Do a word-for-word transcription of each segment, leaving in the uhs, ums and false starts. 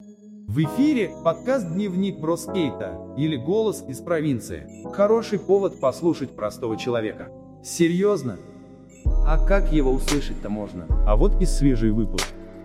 В эфире подкаст «Дневник Броскейта» или «Голос из провинции». Хороший повод послушать простого человека. Серьезно? А как его услышать-то можно? А вот и свежий выпуск.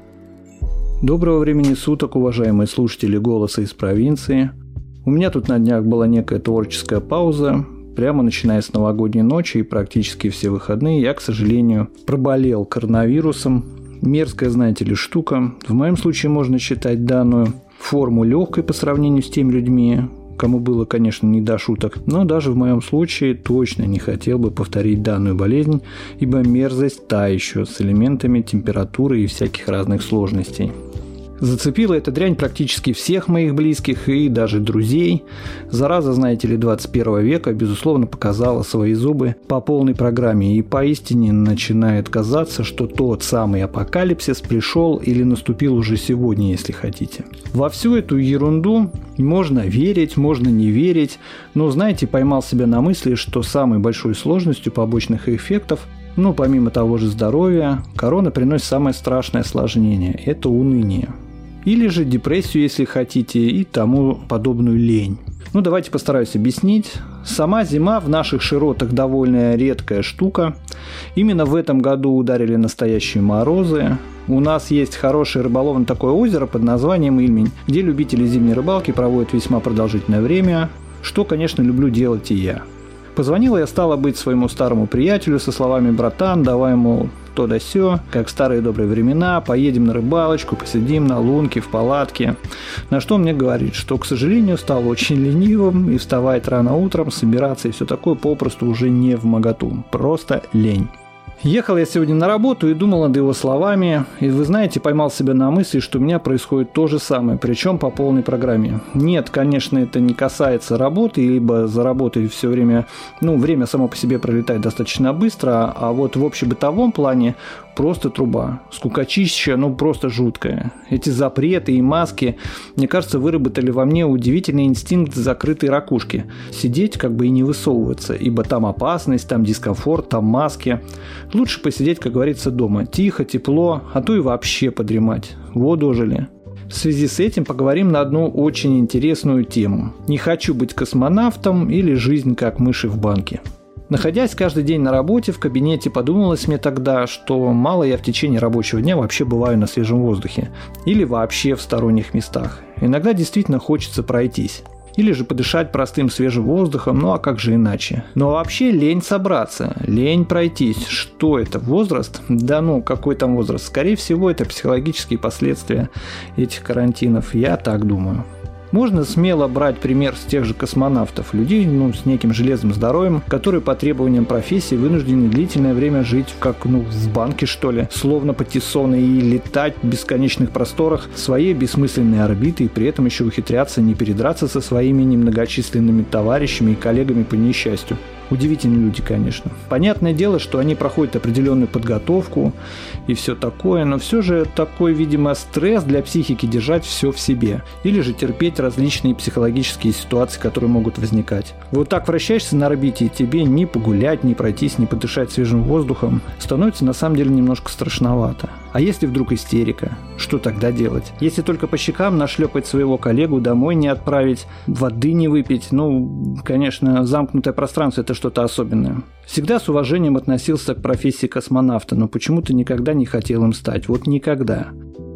Доброго времени суток, уважаемые слушатели «Голоса из провинции». У меня тут на днях была некая творческая пауза. Прямо начиная с новогодней ночи и практически все выходные я, к сожалению, проболел коронавирусом. Мерзкая, знаете ли, штука. В моем случае можно считать данную форму легкой по сравнению с теми людьми, кому было, конечно, не до шуток, но даже в моем случае точно не хотел бы повторить данную болезнь, ибо мерзость та еще, с элементами температуры и всяких разных сложностей. Зацепила эта дрянь практически всех моих близких и даже друзей. Зараза, знаете ли, двадцать первого века, безусловно, показала свои зубы по полной программе, и поистине начинает казаться, что тот самый апокалипсис пришел или наступил уже сегодня, если хотите. Во всю эту ерунду можно верить, можно не верить, но, знаете, поймал себя на мысли, что самой большой сложностью побочных эффектов, ну, помимо того же здоровья, корона приносит самое страшное осложнение – это уныние. Или же депрессию, если хотите, и тому подобную лень. Ну, давайте постараюсь объяснить. Сама зима в наших широтах довольно редкая штука. Именно в этом году ударили настоящие морозы. У нас есть хорошее рыболовное такое озеро под названием Ильмень, где любители зимней рыбалки проводят весьма продолжительное время, что, конечно, люблю делать и я. Позвонила я, стало быть, своему старому приятелю со словами: «Братан, давай, мол, то да сё, как в старые добрые времена, поедем на рыбалочку, посидим на лунке, в палатке». На что он мне говорит, что, к сожалению, стал очень ленивым, и вставать рано утром, собираться и все такое попросту уже не вмоготу, просто лень. Ехал я сегодня на работу и думал над его словами, и, вы знаете, поймал себя на мысли, что у меня происходит то же самое, причем по полной программе. Нет, конечно, это не касается работы, ибо за работой все время, ну, время само по себе пролетает достаточно быстро, а вот в общебытовом плане просто труба. Скукотища, ну, просто жуткая. Эти запреты и маски, мне кажется, выработали во мне удивительный инстинкт закрытой ракушки. Сидеть как бы и не высовываться, ибо там опасность, там дискомфорт, там маски. Лучше посидеть, как говорится, дома. Тихо, тепло, а то и вообще подремать. Во дожили. В связи с этим поговорим на одну очень интересную тему. Не хочу быть космонавтом или жизнь как мыши в банке. Находясь каждый день на работе в кабинете, подумалось мне тогда, что мало я в течение рабочего дня вообще бываю на свежем воздухе. Или вообще в сторонних местах. Иногда действительно хочется пройтись. Или же подышать простым свежим воздухом, ну а как же иначе. Но вообще лень собраться, лень пройтись. Что это? Возраст? Да ну, какой там возраст? Скорее всего, это психологические последствия этих карантинов. Я так думаю. Можно смело брать пример с тех же космонавтов, людей, ну, с неким железным здоровьем, которые по требованиям профессии вынуждены длительное время жить как, ну, в банке, что ли, словно патиссоны, и летать в бесконечных просторах своей бессмысленной орбиты, и при этом еще ухитряться не передраться со своими немногочисленными товарищами и коллегами по несчастью. Удивительные люди, конечно. Понятное дело, что они проходят определенную подготовку и все такое, но все же такой, видимо, стресс для психики держать все в себе. Или же терпеть различные психологические ситуации, которые могут возникать. Вот так вращаешься на орбите, и тебе ни погулять, ни пройтись, ни подышать свежим воздухом становится на самом деле немножко страшновато. А если вдруг истерика? Что тогда делать? Если только по щекам нашлепать своего коллегу, домой не отправить, воды не выпить, ну, конечно, замкнутое пространство – это что-то особенное. Всегда с уважением относился к профессии космонавта, но почему-то никогда не хотел им стать. Вот никогда.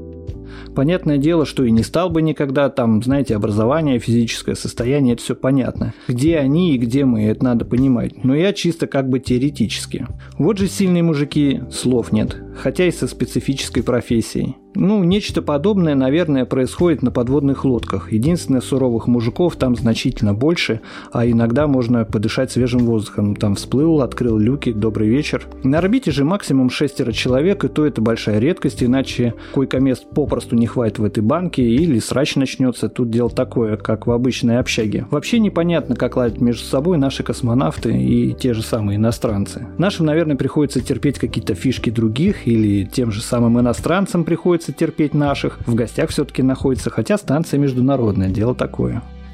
Понятное дело, что и не стал бы никогда, там, знаете, образование, физическое состояние, это все понятно. Где они и где мы, это надо понимать. Но я чисто как бы теоретически. Вот же сильные мужики, слов нет, хотя и со специфической профессией. Ну, нечто подобное, наверное, происходит на подводных лодках. Единственное, суровых мужиков там значительно больше, а иногда можно подышать свежим воздухом. Там всплыл, открыл люки, добрый вечер. На орбите же максимум шестеро человек, и то это большая редкость, иначе койко-мест попросту не хватит в этой банке, или срач начнется. Тут дело такое, как в обычной общаге. Вообще непонятно, как ладят между собой наши космонавты и те же самые иностранцы. Нашим, наверное, приходится терпеть какие-то фишки других, или тем же самым иностранцам приходится терпеть наших. В гостях все-таки находится, хотя станция международная, дело такое.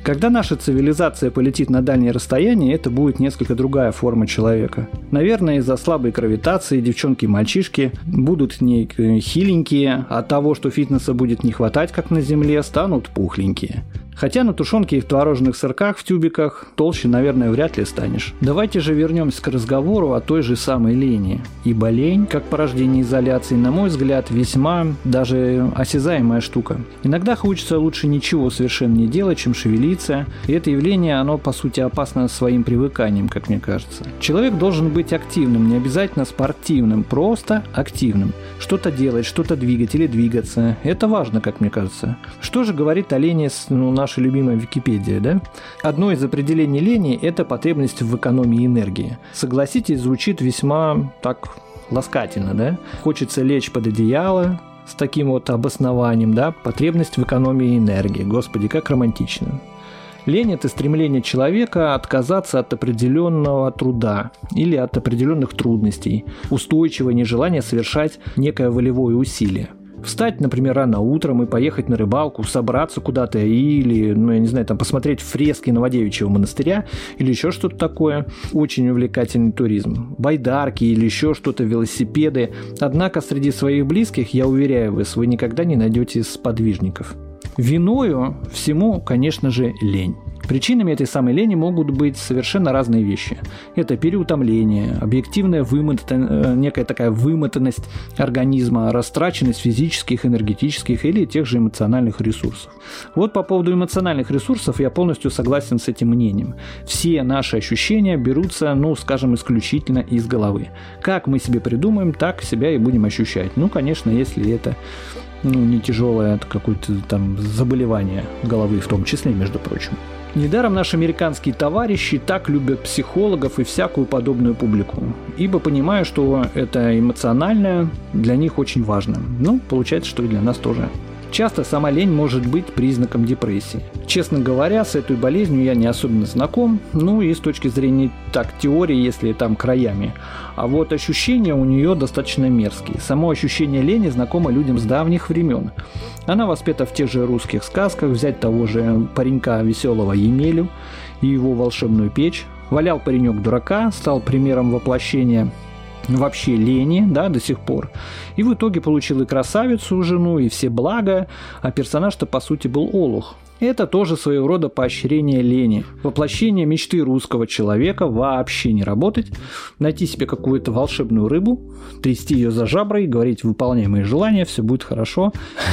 Когда наша цивилизация полетит на дальние расстояния, это будет несколько другая форма человека. Наверное, из-за слабой гравитации девчонки и мальчишки будут не хиленькие, а от того, что фитнеса будет не хватать, как на Земле, станут пухленькие. Хотя на тушенке и в творожных сырках в тюбиках толще, наверное, вряд ли станешь. Давайте же вернемся к разговору о той же самой лени. Ибо лень, как порождение изоляции, на мой взгляд, весьма даже осязаемая штука. Иногда хочется лучше ничего совершенно не делать, чем шевелиться. И это явление, оно по сути опасно своим привыканием, как мне кажется. Человек должен быть активным, не обязательно спортивным, просто активным. Что-то делать, что-то двигать или двигаться. Это важно, как мне кажется. Что же говорит о лени ну, наша любимая Википедия, да? Одно из определений лени – это потребность в экономии энергии. Согласитесь, звучит весьма так ласкательно, да? Хочется лечь под одеяло с таким вот обоснованием, да? Потребность в экономии энергии. Господи, как романтично. Лень – это стремление человека отказаться от определенного труда или от определенных трудностей, устойчивое нежелание совершать некое волевое усилие. Встать, например, рано утром и поехать на рыбалку, собраться куда-то или, ну, я не знаю, там посмотреть фрески Новодевичьего монастыря или еще что-то такое. Очень увлекательный туризм. Байдарки или еще что-то, велосипеды. Однако среди своих близких, я уверяю вас, вы никогда не найдете сподвижников. Виною всему, конечно же, лень. Причинами этой самой лени могут быть совершенно разные вещи. Это переутомление, объективная вымотанность, некая такая вымотанность организма, растраченность физических, энергетических или тех же эмоциональных ресурсов. Вот по поводу эмоциональных ресурсов я полностью согласен с этим мнением. Все наши ощущения берутся, ну, скажем, исключительно из головы. Как мы себе придумаем, так себя и будем ощущать. Ну, конечно, если это ну, не тяжелое какое-то там заболевание головы в том числе, между прочим. Недаром наши американские товарищи так любят психологов и всякую подобную публику, ибо понимаю, что это эмоциональное для них очень важно. Ну, получается, что и для нас тоже. Часто сама лень может быть признаком депрессии. Честно говоря, с этой болезнью я не особенно знаком, ну и с точки зрения так теории, если там краями. А вот ощущения у нее достаточно мерзкие. Само ощущение лени знакомо людям с давних времен. Она воспета в тех же русских сказках, взять того же паренька веселого Емелю и его волшебную печь. Валял паренек дурака, стал примером воплощения вообще лени, да, до сих пор. И в итоге получил и красавицу, жену, и все блага, а персонаж-то по сути был олух. Это тоже своего рода поощрение лени. Воплощение мечты русского человека вообще не работать, найти себе какую-то волшебную рыбу, трясти ее за жабры и говорить: выполняй мои желания, все будет хорошо.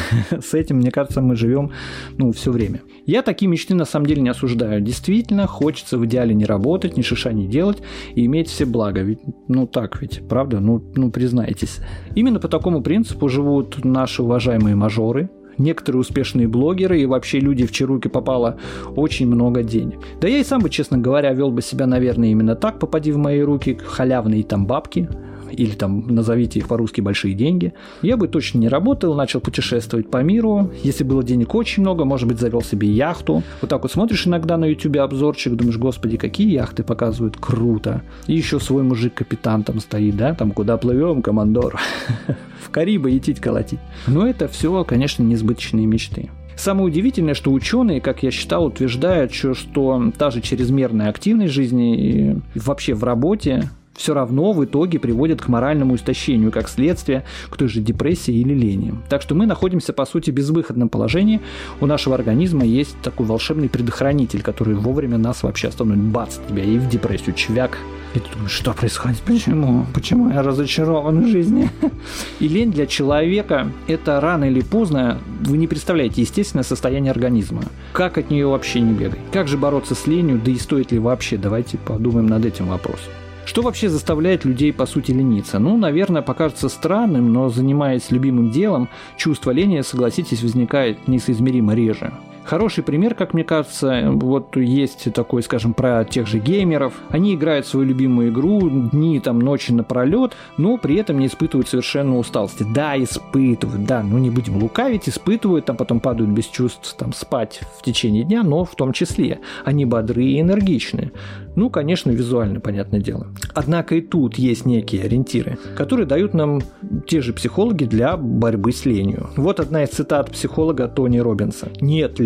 С этим, мне кажется, мы живем ну, все время. Я такие мечты на самом деле не осуждаю. Действительно, хочется в идеале не работать, ни шиша не делать и иметь все блага. Ведь, ну так ведь, правда? Ну, ну признайтесь. Именно по такому принципу живут наши уважаемые мажоры, некоторые успешные блогеры и вообще люди, в чьи руки попало очень много денег. Да я и сам бы, честно говоря, вел бы себя, наверное, именно так, попади в мои руки халявные там бабки, или там назовите их по-русски большие деньги. Я бы точно не работал, начал путешествовать по миру. Если было денег очень много, может быть, завел себе яхту. Вот так вот смотришь иногда на ютубе обзорчик, думаешь: господи, какие яхты показывают, круто. И еще свой мужик-капитан там стоит, да, там куда плывем, командор. В Карибы идти колотить. Но это все, конечно, несбыточные мечты. Самое удивительное, что ученые, как я считал, утверждают, что, что та же чрезмерная активность жизни и вообще в работе все равно в итоге приводит к моральному истощению, как следствие к той же депрессии или лени. Так что мы находимся, по сути, в безвыходном положении. У нашего организма есть такой волшебный предохранитель, который вовремя нас вообще остановит. Бац, тебя и в депрессию, чвяк. И ты думаешь: что происходит? Почему? Почему я разочарован в жизни? И лень для человека – это рано или поздно, вы не представляете, естественное состояние организма. Как от нее вообще не бегать? Как же бороться с ленью, да и стоит ли вообще? Давайте подумаем над этим вопросом. Что вообще заставляет людей, по сути, лениться? Ну, наверное, покажется странным, но занимаясь любимым делом, чувство лени, согласитесь, возникает несоизмеримо реже. Хороший пример, как мне кажется, вот есть такой, скажем, про тех же геймеров. Они играют в свою любимую игру дни, там, ночи напролет, но при этом не испытывают совершенно усталости. Да, испытывают, да, ну не будем лукавить, испытывают, там потом падают без чувств, там, спать в течение дня, но в том числе они бодрые и энергичные. Ну, конечно, визуально, понятное дело. Однако и тут есть некие ориентиры, которые дают нам те же психологи для борьбы с ленью. Вот одна из цитат психолога Тони Роббинса. «Нет, лень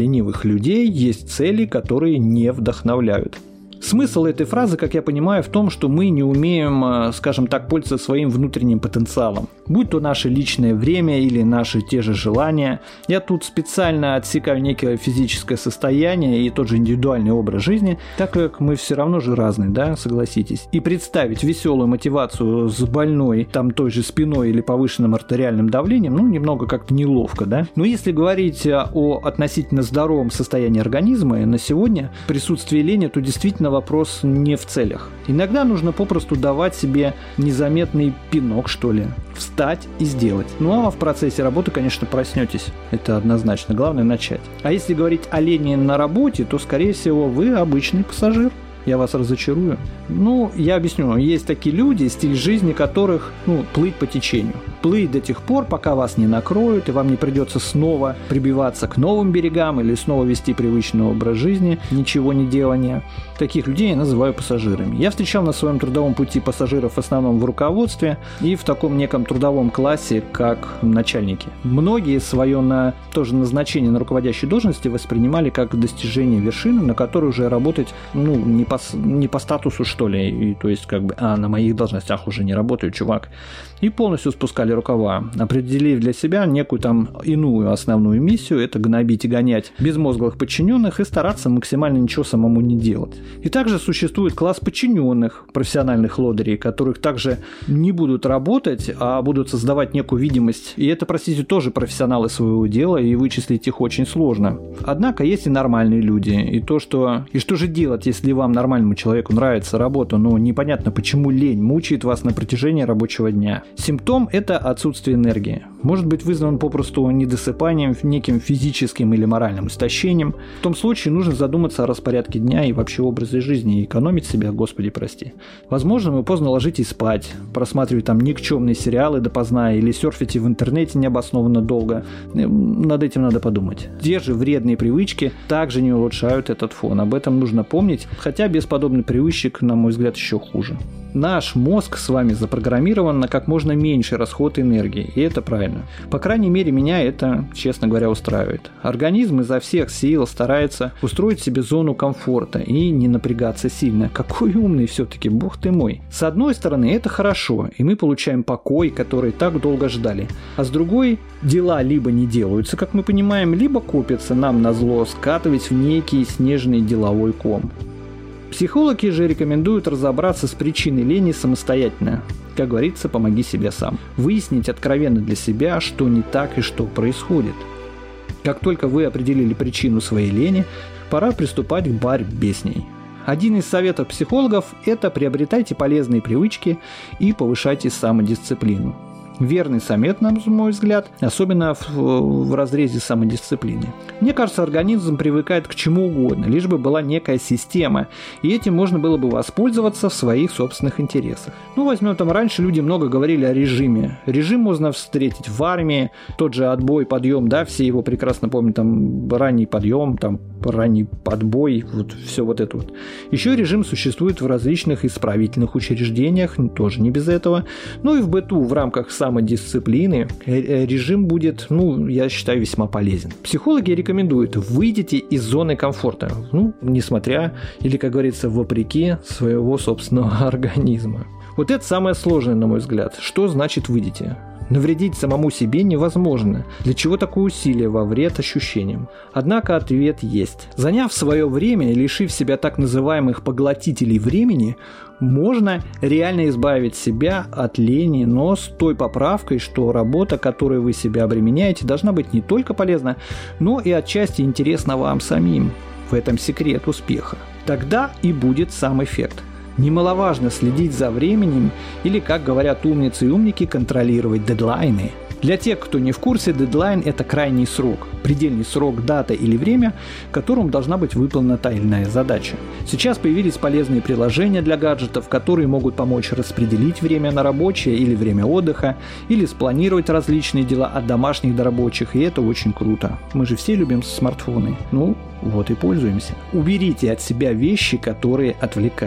ленивых людей есть цели, которые не вдохновляют. Смысл этой фразы, как я понимаю, в том, что мы не умеем, скажем так, пользоваться своим внутренним потенциалом. Будь то наше личное время или наши те же желания. Я тут специально отсекаю некое физическое состояние и тот же индивидуальный образ жизни, так как мы все равно же разные, да, согласитесь. И представить веселую мотивацию с больной, там, той же спиной или повышенным артериальным давлением, ну, немного как-то неловко, да. Но если говорить о относительно здоровом состоянии организма на сегодня, присутствие лени, то действительно вопрос не в целях. Иногда нужно попросту давать себе незаметный пинок, что ли, встать и сделать. Ну а в процессе работы, конечно, проснетесь. Это однозначно. Главное начать. А если говорить о лени на работе, то, скорее всего, вы обычный пассажир. Я вас разочарую. Ну, я объясню. Есть такие люди, стиль жизни которых, ну, плыть по течению. Плыть до тех пор, пока вас не накроют, и вам не придется снова прибиваться к новым берегам или снова вести привычный образ жизни, ничего не делания. Таких людей я называю пассажирами. Я встречал на своем трудовом пути пассажиров в основном в руководстве и в таком неком трудовом классе, как начальники. Многие свое на, тоже назначение на руководящей должности воспринимали как достижение вершины, на которой уже работать, ну, не по, не по статусу, что ли, и, то есть как бы, а на моих должностях уже не работаю, чувак. И полностью спускали рукава, определив для себя некую там иную основную миссию, это гнобить и гонять безмозглых подчиненных и стараться максимально ничего самому не делать. И также существует класс подчиненных, профессиональных лодырей, которых также не будут работать, а будут создавать некую видимость. И это, простите, тоже профессионалы своего дела, и вычислить их очень сложно. Однако есть и нормальные люди. И то, что... И что же делать, если вам, нормальному человеку, нравится работа, но непонятно, почему лень мучает вас на протяжении рабочего дня. Симптом – это отсутствие энергии. Может быть вызван попросту недосыпанием, неким физическим или моральным истощением. В том случае нужно задуматься о распорядке дня и вообще образе жизни и экономить себя, господи прости. Возможно, вы поздно ложитесь спать, просматриваете там никчемные сериалы допоздна или серфите в интернете необоснованно долго. Над этим надо подумать. Те же вредные привычки также не улучшают этот фон. Об этом нужно помнить, хотя без подобных привычек, на мой взгляд, еще хуже. Наш мозг с вами запрограммирован на как можно меньший расход энергии, и это правильно. По крайней мере, меня это, честно говоря, устраивает. Организм изо всех сил старается устроить себе зону комфорта и не напрягаться сильно. Какой умный все-таки, бог ты мой. С одной стороны, это хорошо, и мы получаем покой, который так долго ждали. А с другой, дела либо не делаются, как мы понимаем, либо копятся нам назло, скатываясь в некий снежный деловой ком. Психологи же рекомендуют разобраться с причиной лени самостоятельно. Как говорится, помоги себе сам. Выяснить откровенно для себя, что не так и что происходит. Как только вы определили причину своей лени, пора приступать к борьбе с ней. Один из советов психологов – это приобретайте полезные привычки и повышайте самодисциплину. Верный совет, на мой взгляд, особенно в, в разрезе самодисциплины. Мне кажется, организм привыкает к чему угодно, лишь бы была некая система, и этим можно было бы воспользоваться в своих собственных интересах. Ну, возьмем там, раньше люди много говорили о режиме. Режим можно встретить в армии, тот же отбой, подъем, да, все его прекрасно помнят, там, ранний подъем, там, ранний подбой, вот все вот это вот. Еще режим существует в различных исправительных учреждениях, тоже не без этого. Ну и в быту, в рамках самодисциплины режим будет, ну, я считаю, весьма полезен. Психологи рекомендуют: выйдите из зоны комфорта, ну, несмотря, или, как говорится, вопреки своего собственного организма. Вот это самое сложное, на мой взгляд. Что значит выйдите? Навредить самому себе невозможно. Для чего такое усилие во вред ощущениям? Однако ответ есть. Заняв свое время и лишив себя так называемых поглотителей времени, можно реально избавить себя от лени, но с той поправкой, что работа, которой вы себя обременяете, должна быть не только полезна, но и отчасти интересна вам самим. В этом секрет успеха. Тогда и будет сам эффект. Немаловажно следить за временем или, как говорят умницы и умники, контролировать дедлайны. Для тех, кто не в курсе, дедлайн – это крайний срок, предельный срок, дата или время, которым должна быть выполнена та или иная задача. Сейчас появились полезные приложения для гаджетов, которые могут помочь распределить время на рабочее или время отдыха, или спланировать различные дела от домашних до рабочих, и это очень круто. Мы же все любим смартфоны. Ну, вот и пользуемся. Уберите от себя вещи, которые отвлекают.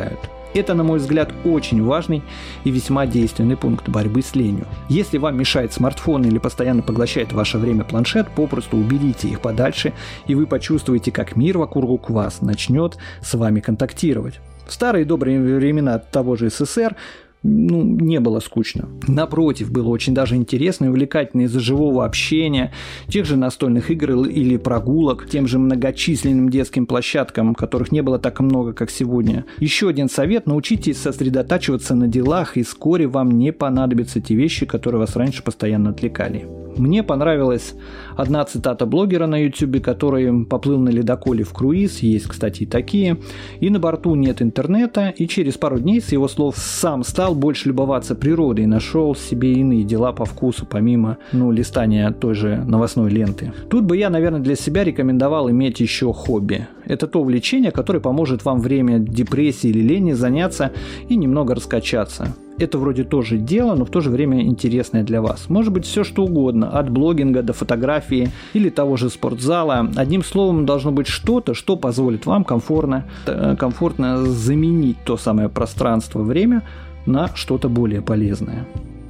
Это, на мой взгляд, очень важный и весьма действенный пункт борьбы с ленью. Если вам мешает смартфон или постоянно поглощает ваше время планшет, попросту уберите их подальше, и вы почувствуете, как мир вокруг вас начнет с вами контактировать. В старые добрые времена того же СССР ну, не было скучно. Напротив, было очень даже интересно и увлекательно из-за живого общения, тех же настольных игр или прогулок, тем же многочисленным детским площадкам, которых не было так много, как сегодня. Еще один совет – научитесь сосредотачиваться на делах, и вскоре вам не понадобятся те вещи, которые вас раньше постоянно отвлекали. Мне понравилась одна цитата блогера на ютубе, который поплыл на ледоколе в круиз, есть, кстати, и такие, и на борту нет интернета, и через пару дней, с его слов, сам стал больше любоваться природой и нашел себе иные дела по вкусу, помимо, ну, листания той же новостной ленты. Тут бы я, наверное, для себя рекомендовал иметь еще хобби. Это то увлечение, которое поможет вам время депрессии или лени заняться и немного раскачаться. Это вроде тоже дело, но в то же время интересное для вас. Может быть, все что угодно, от блогинга до фотографии или того же спортзала. Одним словом, должно быть что-то, что позволит вам комфортно, комфортно заменить то самое пространство, время на что-то более полезное.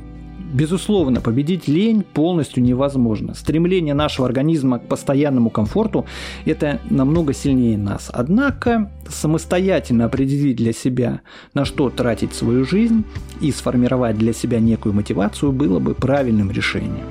Безусловно, победить лень полностью невозможно. Стремление нашего организма к постоянному комфорту – это намного сильнее нас. Однако самостоятельно определить для себя, на что тратить свою жизнь, и сформировать для себя некую мотивацию было бы правильным решением.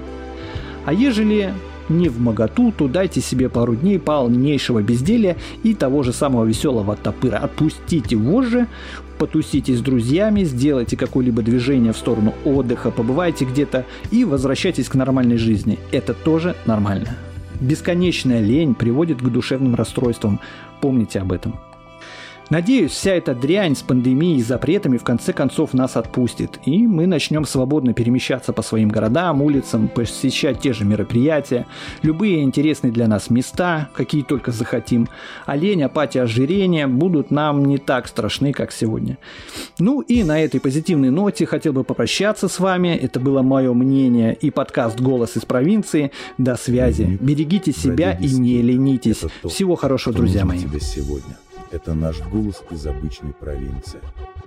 А ежели не вмоготу, то дайте себе пару дней полнейшего безделия и того же самого веселого топыра. Отпустите вожжи, потусите с друзьями, сделайте какое-либо движение в сторону отдыха, побывайте где-то и возвращайтесь к нормальной жизни. Это тоже нормально. Бесконечная лень приводит к душевным расстройствам. Помните об этом. Надеюсь, вся эта дрянь с пандемией и запретами в конце концов нас отпустит, и мы начнем свободно перемещаться по своим городам, улицам, посещать те же мероприятия, любые интересные для нас места, какие только захотим. А лень, апатия, ожирение будут нам не так страшны, как сегодня. Ну и на этой позитивной ноте хотел бы попрощаться с вами. Это было мое мнение и подкаст «Голос из провинции». До связи. Берегите себя и не ленитесь. Всего хорошего, друзья мои. Это наш голос из обычной провинции.